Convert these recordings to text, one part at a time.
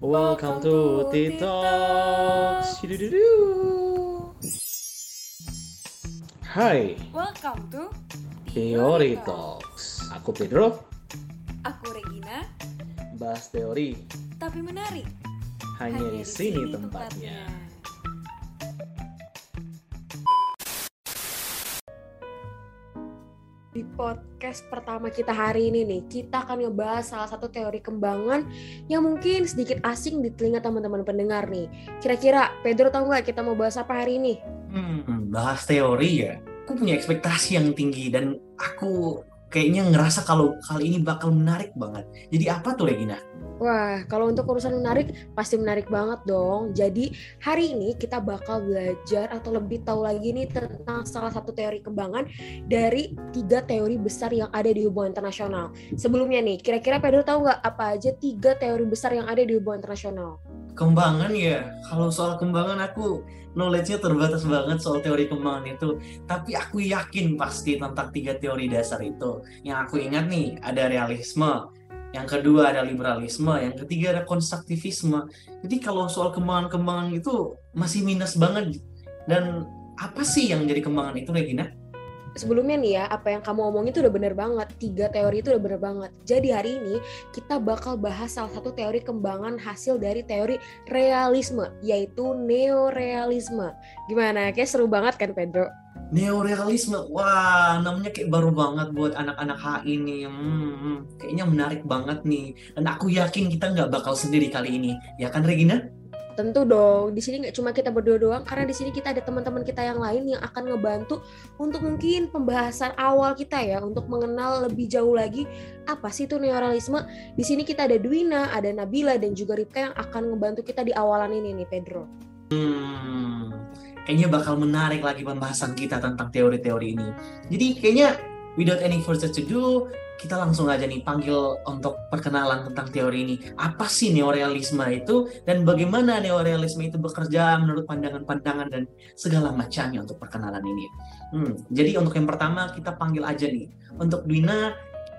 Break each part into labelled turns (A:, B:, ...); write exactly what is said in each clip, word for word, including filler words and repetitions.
A: Welcome to T-Talks. Hai,
B: Welcome to
A: Teori Talks. Aku Pedro,
B: Aku Regina,
A: bahas teori,
B: tapi menarik.
A: hanya di sini tempatnya.
C: Di podcast pertama kita hari ini nih, kita akan ngebahas salah satu teori kembangan yang mungkin sedikit asing di telinga teman-teman pendengar nih. Kira-kira Pedro tahu nggak kita mau bahas apa hari ini?
D: Hmm, bahas teori ya. Aku punya ekspektasi yang tinggi dan aku kayaknya ngerasa kalau kali ini bakal menarik banget. Jadi apa tuh Regina?
C: Wah, kalau untuk urusan menarik, pasti menarik banget dong. Jadi hari ini kita bakal belajar atau lebih tahu lagi nih tentang salah satu teori kembangan dari tiga teori besar yang ada di hubungan internasional. Sebelumnya nih, kira-kira Pedro tahu nggak apa aja tiga teori besar yang ada di hubungan internasional?
D: Kembangan ya. Kalau soal kembangan aku knowledge-nya terbatas banget soal teori kembangan itu. Tapi aku yakin pasti tentang tiga teori dasar itu. Yang aku ingat nih, ada realisme. Yang kedua ada liberalisme, yang ketiga ada konstruktivisme. Jadi kalau soal kembangan-kembangan itu masih minus banget. Dan apa sih yang jadi kembangan itu, Regina?
C: Sebelumnya nih ya, apa yang kamu omongin itu udah bener banget. Tiga teori itu udah bener banget. Jadi hari ini kita bakal bahas salah satu teori kembangan hasil dari teori realisme, yaitu neorealisme. Gimana? Kayak seru banget kan, Pedro?
D: Neorealisme, wah namanya kayak baru banget buat anak-anak H I nih. Hmm, hmm, kayaknya menarik banget nih. Dan aku yakin kita nggak bakal sendiri kali ini, ya kan Regina?
C: Tentu dong, di sini nggak cuma kita berdua doang, karena di sini kita ada teman-teman kita yang lain yang akan ngebantu untuk mungkin pembahasan awal kita ya, untuk mengenal lebih jauh lagi apa sih itu neorealisme. Di sini kita ada Dwina, ada Nabila, dan juga Ripka yang akan ngebantu kita di awalan ini nih, Pedro.
D: Hmm, kayaknya bakal menarik lagi pembahasan kita tentang teori-teori ini. Jadi kayaknya without any further ado, kita langsung aja nih panggil untuk perkenalan tentang teori ini. Apa sih neorealisme itu dan bagaimana neorealisme itu bekerja menurut pandangan-pandangan dan segala macamnya untuk perkenalan ini. Hmm, jadi untuk yang pertama kita panggil aja nih. Untuk Dwina.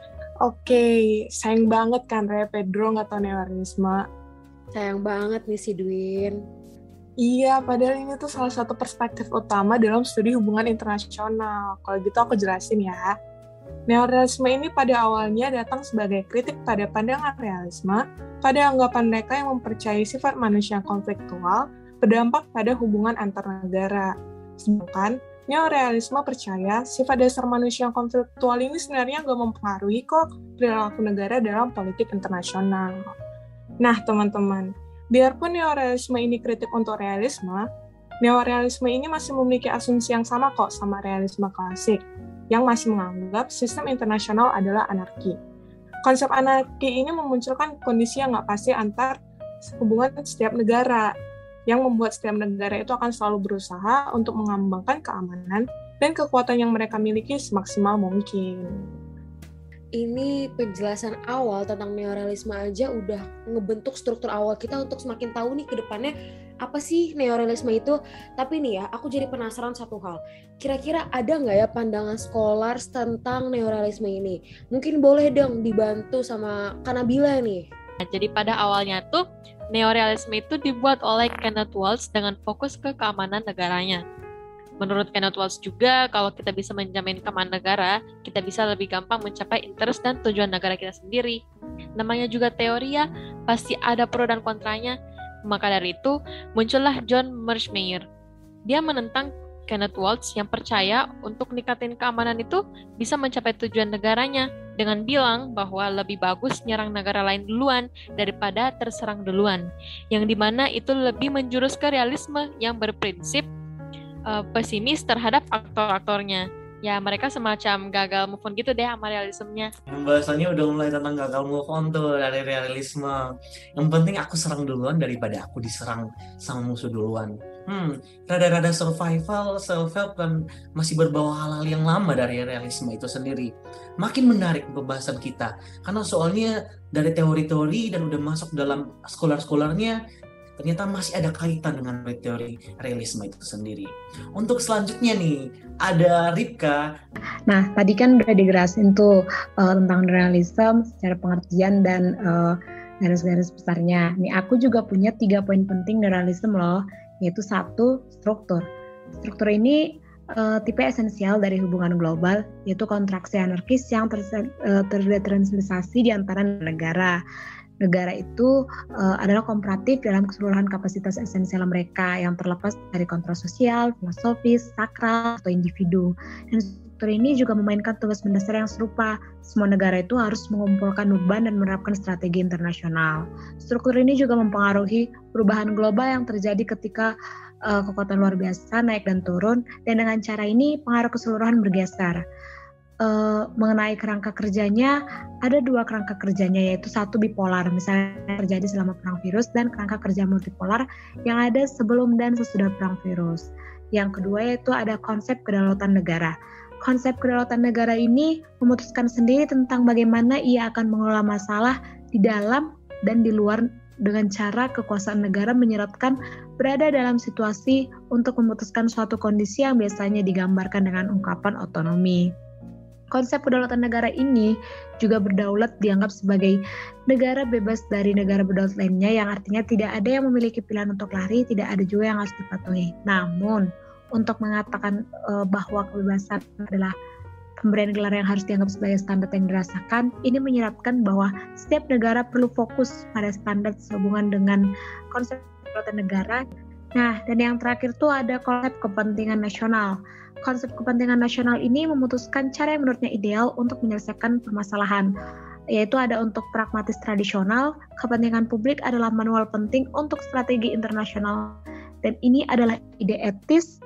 E: Oke, sayang banget kan Re, Pedro nggak tahu neorealisme.
C: Sayang banget nih si Dwin.
E: Iya, padahal ini tuh salah satu perspektif utama dalam studi hubungan internasional. Kalau gitu aku jelasin ya. Neorealisme ini pada awalnya datang sebagai kritik pada pandangan realisme, pada anggapan mereka yang mempercayai sifat manusia konfliktual berdampak pada hubungan antar negara. Sedangkan neorealisme percaya sifat dasar manusia konfliktual ini sebenarnya nggak mempengaruhi kok perilaku negara dalam politik internasional. Nah, teman-teman, biarpun neorealisme ini kritik untuk realisme, neorealisme ini masih memiliki asumsi yang sama kok sama realisme klasik, yang masih menganggap sistem internasional adalah anarki. Konsep anarki ini memunculkan kondisi yang nggak pasti antar hubungan setiap negara, yang membuat setiap negara itu akan selalu berusaha untuk mengembangkan keamanan dan kekuatan yang mereka miliki semaksimal mungkin.
C: Ini penjelasan awal tentang neorealisme aja udah ngebentuk struktur awal kita untuk semakin tahu nih ke depannya apa sih neorealisme itu. Tapi nih ya, aku jadi penasaran satu hal. Kira-kira ada nggak ya pandangan scholars tentang neorealisme ini? Mungkin boleh dong dibantu sama Kanabila nih.
F: Jadi pada awalnya tuh neorealisme itu dibuat oleh Kenneth Waltz dengan fokus ke keamanan negaranya. Menurut Kenneth Waltz juga, kalau kita bisa menjamin keamanan negara, kita bisa lebih gampang mencapai interest dan tujuan negara kita sendiri. Namanya juga teori ya, pasti ada pro dan kontranya. Maka dari itu, muncullah John Mearsheimer. Dia menentang Kenneth Waltz yang percaya untuk ningkatin keamanan itu bisa mencapai tujuan negaranya dengan bilang bahwa lebih bagus nyerang negara lain duluan daripada terserang duluan. Yang dimana itu lebih menjurus ke realisme yang berprinsip Uh, pesimis terhadap aktor-aktornya. Ya mereka semacam gagal move on gitu deh sama realismenya.
D: Pembahasannya udah mulai tentang gagal move on tuh dari realisme. Yang penting aku serang duluan daripada aku diserang sama musuh duluan. Hmm, rada-rada survival, self-help dan masih berbawa hal-hal yang lama dari realisme itu sendiri. Makin menarik pembahasan kita karena soalnya dari teori-teori dan udah masuk dalam scholar-scholarnya ternyata masih ada kaitan dengan teori realisme itu sendiri. Untuk selanjutnya nih, ada Ripka.
G: Nah, tadi kan udah dijelasin tuh uh, tentang realisme secara pengertian dan uh, garis-garis besarnya. Nih aku juga punya tiga poin penting neuralism loh, yaitu satu, struktur. Struktur ini uh, tipe esensial dari hubungan global, yaitu kontraksi anarkis yang ter- uh, tertranslasi di antara negara. Negara itu uh, adalah komparatif dalam keseluruhan kapasitas esensial mereka yang terlepas dari kontrol sosial, filosofis, sakral, atau individu. Dan struktur ini juga memainkan tugas mendasar yang serupa. Semua negara itu harus mengumpulkan beban dan menerapkan strategi internasional. Struktur ini juga mempengaruhi perubahan global yang terjadi ketika uh, kekuatan luar biasa naik dan turun, dan dengan cara ini pengaruh keseluruhan bergeser. Uh, mengenai kerangka kerjanya, ada dua kerangka kerjanya, yaitu satu bipolar, misalnya terjadi selama perang virus, dan kerangka kerja multipolar yang ada sebelum dan sesudah perang virus. Yang kedua yaitu ada konsep kedaulatan negara. Konsep kedaulatan negara ini memutuskan sendiri tentang bagaimana ia akan mengelola masalah di dalam dan di luar dengan cara kekuasaan negara menyeratkan berada dalam situasi untuk memutuskan suatu kondisi yang biasanya digambarkan dengan ungkapan otonomi. Konsep kedaulatan negara ini juga berdaulat dianggap sebagai negara bebas dari negara berdaulat lainnya, yang artinya tidak ada yang memiliki pilihan untuk lari, tidak ada juga yang harus dipatuhi. Namun, untuk mengatakan uh, bahwa kebebasan adalah pemberian gelar yang harus dianggap sebagai standar yang dirasakan, ini menyiratkan bahwa setiap negara perlu fokus pada standar sehubungan dengan konsep kedaulatan negara. Nah, dan yang terakhir tuh ada konsep kepentingan nasional. Konsep kepentingan nasional ini memutuskan cara yang menurutnya ideal untuk menyelesaikan permasalahan, yaitu ada untuk pragmatis tradisional, kepentingan publik adalah manual penting untuk strategi internasional, dan ini adalah ide etis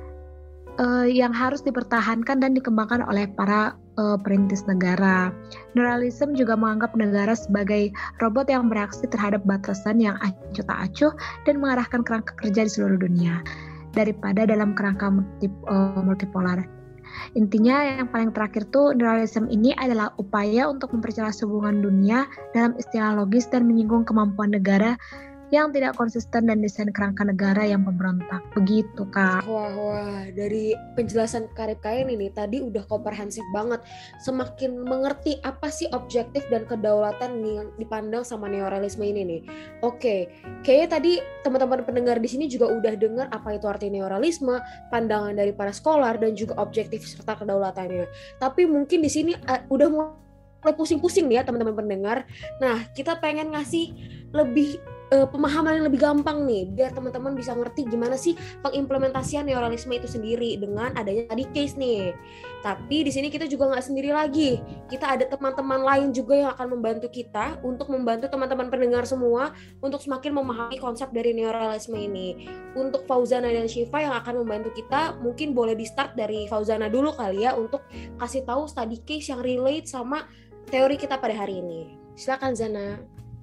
G: uh, yang harus dipertahankan dan dikembangkan oleh para uh, perintis negara. Neuralism juga menganggap negara sebagai robot yang bereaksi terhadap batasan yang acuh tak acuh dan mengarahkan kerangka kerja di seluruh dunia, daripada dalam kerangka multi, uh, multipolar. Intinya yang paling terakhir tuh, neuralism ini adalah upaya untuk memperjelas hubungan dunia dalam istilah logis dan menyinggung kemampuan negara yang tidak konsisten dan desain kerangka negara yang pemberontak. Begitu, Kak.
C: Wah, wah, dari penjelasan Karib Kain ini tadi udah komprehensif banget. Semakin mengerti apa sih objektif dan kedaulatan yang dipandang sama neorealisme ini nih. Oke, kayaknya tadi teman-teman pendengar di sini juga udah dengar apa itu arti neorealisme, pandangan dari para scholar, dan juga objektif serta kedaulatannya. Tapi mungkin di sini uh, udah mulai pusing-pusing nih ya teman-teman pendengar. Nah, kita pengen ngasih lebih Uh, pemahaman yang lebih gampang nih, biar teman-teman bisa ngerti gimana sih pengimplementasian neorealisme itu sendiri dengan adanya tadi case nih. Tapi di sini kita juga nggak sendiri lagi, kita ada teman-teman lain juga yang akan membantu kita untuk membantu teman-teman pendengar semua untuk semakin memahami konsep dari neorealisme ini. Untuk Fauzana dan Syifa yang akan membantu kita, mungkin boleh di start dari Fauzana dulu kali ya, untuk kasih tahu study case yang relate sama teori kita pada hari ini. Silakan Zana.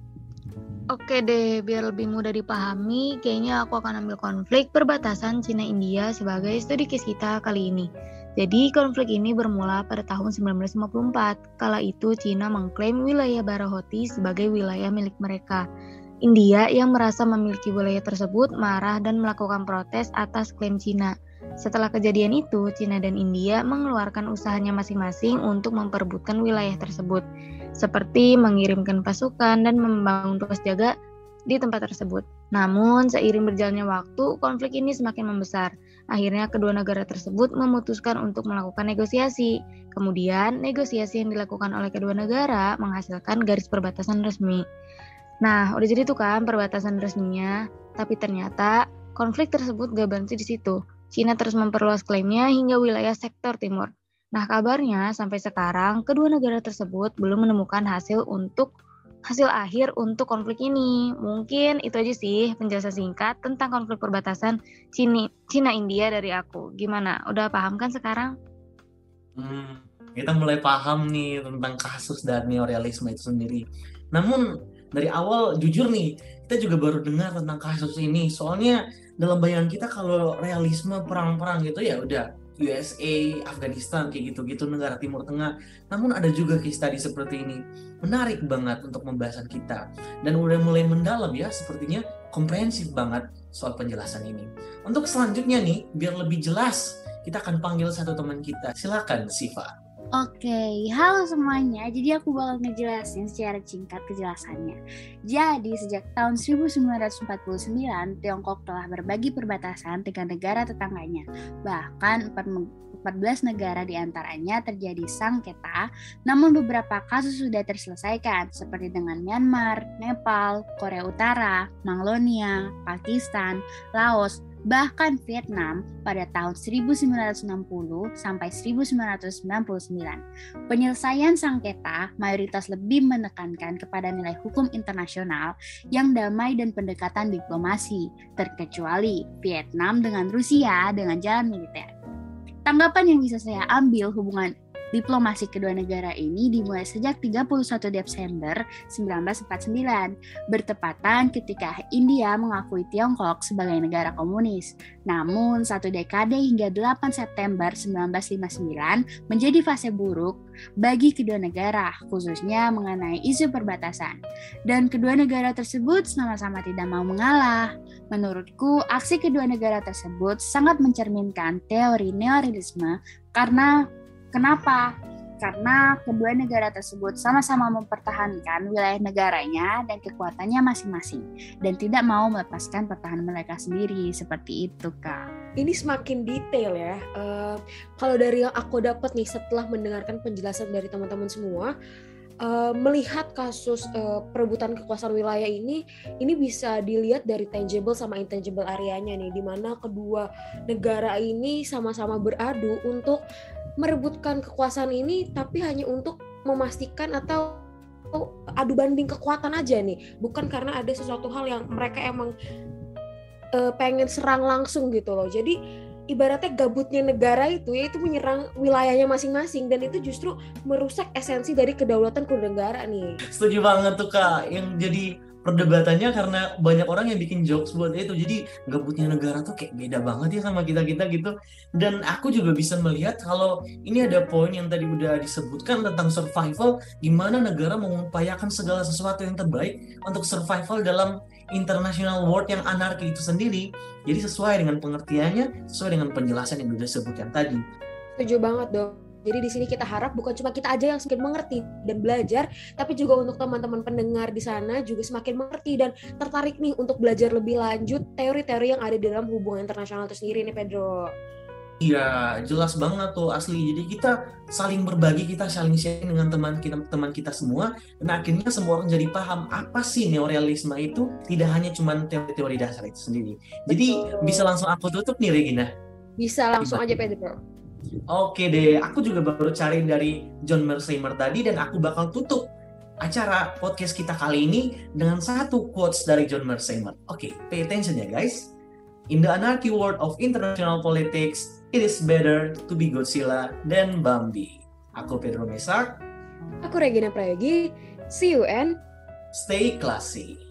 G: Oke deh, biar lebih mudah dipahami, kayaknya aku akan ambil konflik perbatasan Cina-India sebagai studi case kita kali ini. Jadi konflik ini bermula pada tahun sembilan belas lima puluh empat. Kala itu Cina mengklaim wilayah Barahoti sebagai wilayah milik mereka. India yang merasa memiliki wilayah tersebut marah dan melakukan protes atas klaim Cina. Setelah kejadian itu, Cina dan India mengeluarkan usahanya masing-masing untuk memperebutkan wilayah tersebut, seperti mengirimkan pasukan dan membangun tugas jaga di tempat tersebut. Namun, seiring berjalannya waktu, konflik ini semakin membesar. Akhirnya, kedua negara tersebut memutuskan untuk melakukan negosiasi. Kemudian, negosiasi yang dilakukan oleh kedua negara menghasilkan garis perbatasan resmi. Nah, udah jadi tuh kan perbatasan resminya, tapi ternyata konflik tersebut gak berhenti di situ. Cina terus memperluas klaimnya hingga wilayah sektor timur. Nah, kabarnya sampai sekarang kedua negara tersebut belum menemukan hasil untuk hasil akhir untuk konflik ini. Mungkin itu aja sih penjelasan singkat tentang konflik perbatasan Cina Cina India dari aku. Gimana? Udah paham kan sekarang?
D: Hmm, kita mulai paham nih tentang kasus dan neorealisme itu sendiri. Namun dari awal jujur nih, kita juga baru dengar tentang kasus ini. Soalnya dalam bayangan kita kalau realisme perang-perang gitu ya udah U S A, Afghanistan kayak gitu-gitu, negara Timur Tengah. Namun ada juga case tadi seperti ini. Menarik banget untuk pembahasan kita. Dan udah mulai mendalam ya, sepertinya komprehensif banget soal penjelasan ini. Untuk selanjutnya nih, biar lebih jelas, kita akan panggil satu teman kita. Silakan Syifa.
H: Oke, halo semuanya. Jadi aku bakal ngejelasin secara singkat kejelasannya. Jadi sejak tahun seribu sembilan ratus empat puluh sembilan, Tiongkok telah berbagi perbatasan dengan negara tetangganya. Bahkan empat belas negara diantaranya terjadi sengketa, namun beberapa kasus sudah terselesaikan, seperti dengan Myanmar, Nepal, Korea Utara, Mongolia, Pakistan, Laos, bahkan Vietnam pada tahun seribu sembilan ratus enam puluh sampai seribu sembilan ratus sembilan puluh sembilan. Penyelesaian sengketa mayoritas lebih menekankan kepada nilai hukum internasional yang damai dan pendekatan diplomasi, terkecuali Vietnam dengan Rusia dengan jalan militer. Tanggapan yang bisa saya ambil hubungan diplomasi kedua negara ini dimulai sejak tiga puluh satu Desember seribu sembilan ratus empat puluh sembilan, bertepatan ketika India mengakui Tiongkok sebagai negara komunis. Namun, satu dekade hingga delapan September seribu sembilan ratus lima puluh sembilan menjadi fase buruk bagi kedua negara, khususnya mengenai isu perbatasan. Dan kedua negara tersebut sama-sama tidak mau mengalah. Menurutku, aksi kedua negara tersebut sangat mencerminkan teori neorealisme karena Kenapa? Karena kedua negara tersebut sama-sama mempertahankan wilayah negaranya dan kekuatannya masing-masing dan tidak mau melepaskan pertahanan mereka sendiri, seperti itu, Kak.
C: Ini semakin detail ya. Uh, kalau dari yang aku dapat nih setelah mendengarkan penjelasan dari teman-teman semua, uh, melihat kasus uh, perebutan kekuasaan wilayah ini, ini bisa dilihat dari tangible sama intangible areanya nih, di mana kedua negara ini sama-sama beradu untuk merebutkan kekuasaan ini, tapi hanya untuk memastikan atau adu banding kekuatan aja nih, bukan karena ada sesuatu hal yang mereka emang uh, pengen serang langsung gitu loh. Jadi ibaratnya gabutnya negara itu yaitu menyerang wilayahnya masing-masing, dan itu justru merusak esensi dari kedaulatan kedua negara nih.
D: Setuju banget tuh Kak, yang jadi perdebatannya karena banyak orang yang bikin jokes buat itu. Jadi gabutnya negara tuh kayak beda banget ya sama kita-kita gitu. Dan aku juga bisa melihat kalau ini ada poin yang tadi udah disebutkan tentang survival, gimana negara mengupayakan segala sesuatu yang terbaik untuk survival dalam international world yang anarki itu sendiri. Jadi sesuai dengan pengertiannya, sesuai dengan penjelasan yang udah disebutkan tadi.
C: Setuju banget dong. Jadi di sini kita harap bukan cuma kita aja yang semakin mengerti dan belajar, tapi juga untuk teman-teman pendengar di sana juga semakin mengerti dan tertarik nih untuk belajar lebih lanjut teori-teori yang ada di dalam hubungan internasional itu sendiri nih, Pedro.
D: Iya, jelas banget tuh asli. Jadi kita saling berbagi, kita saling sharing dengan teman kita, teman kita semua, dan akhirnya semua orang jadi paham apa sih neorealisme itu. Tidak hanya cuma teori-teori dasar itu sendiri. Jadi Betul. Bisa langsung aku tutup nih, Regina.
C: Bisa langsung aja, Pedro.
D: Oke deh, aku juga baru cari dari John Mearsheimer tadi, dan aku bakal tutup acara podcast kita kali ini dengan satu quotes dari John Mearsheimer. Oke, pay attention ya guys. In the anarchy world of international politics, it is better to be Godzilla than Bambi. Aku Pedro Mesak.
C: Aku Regina Prayogi. See you and
D: stay classy.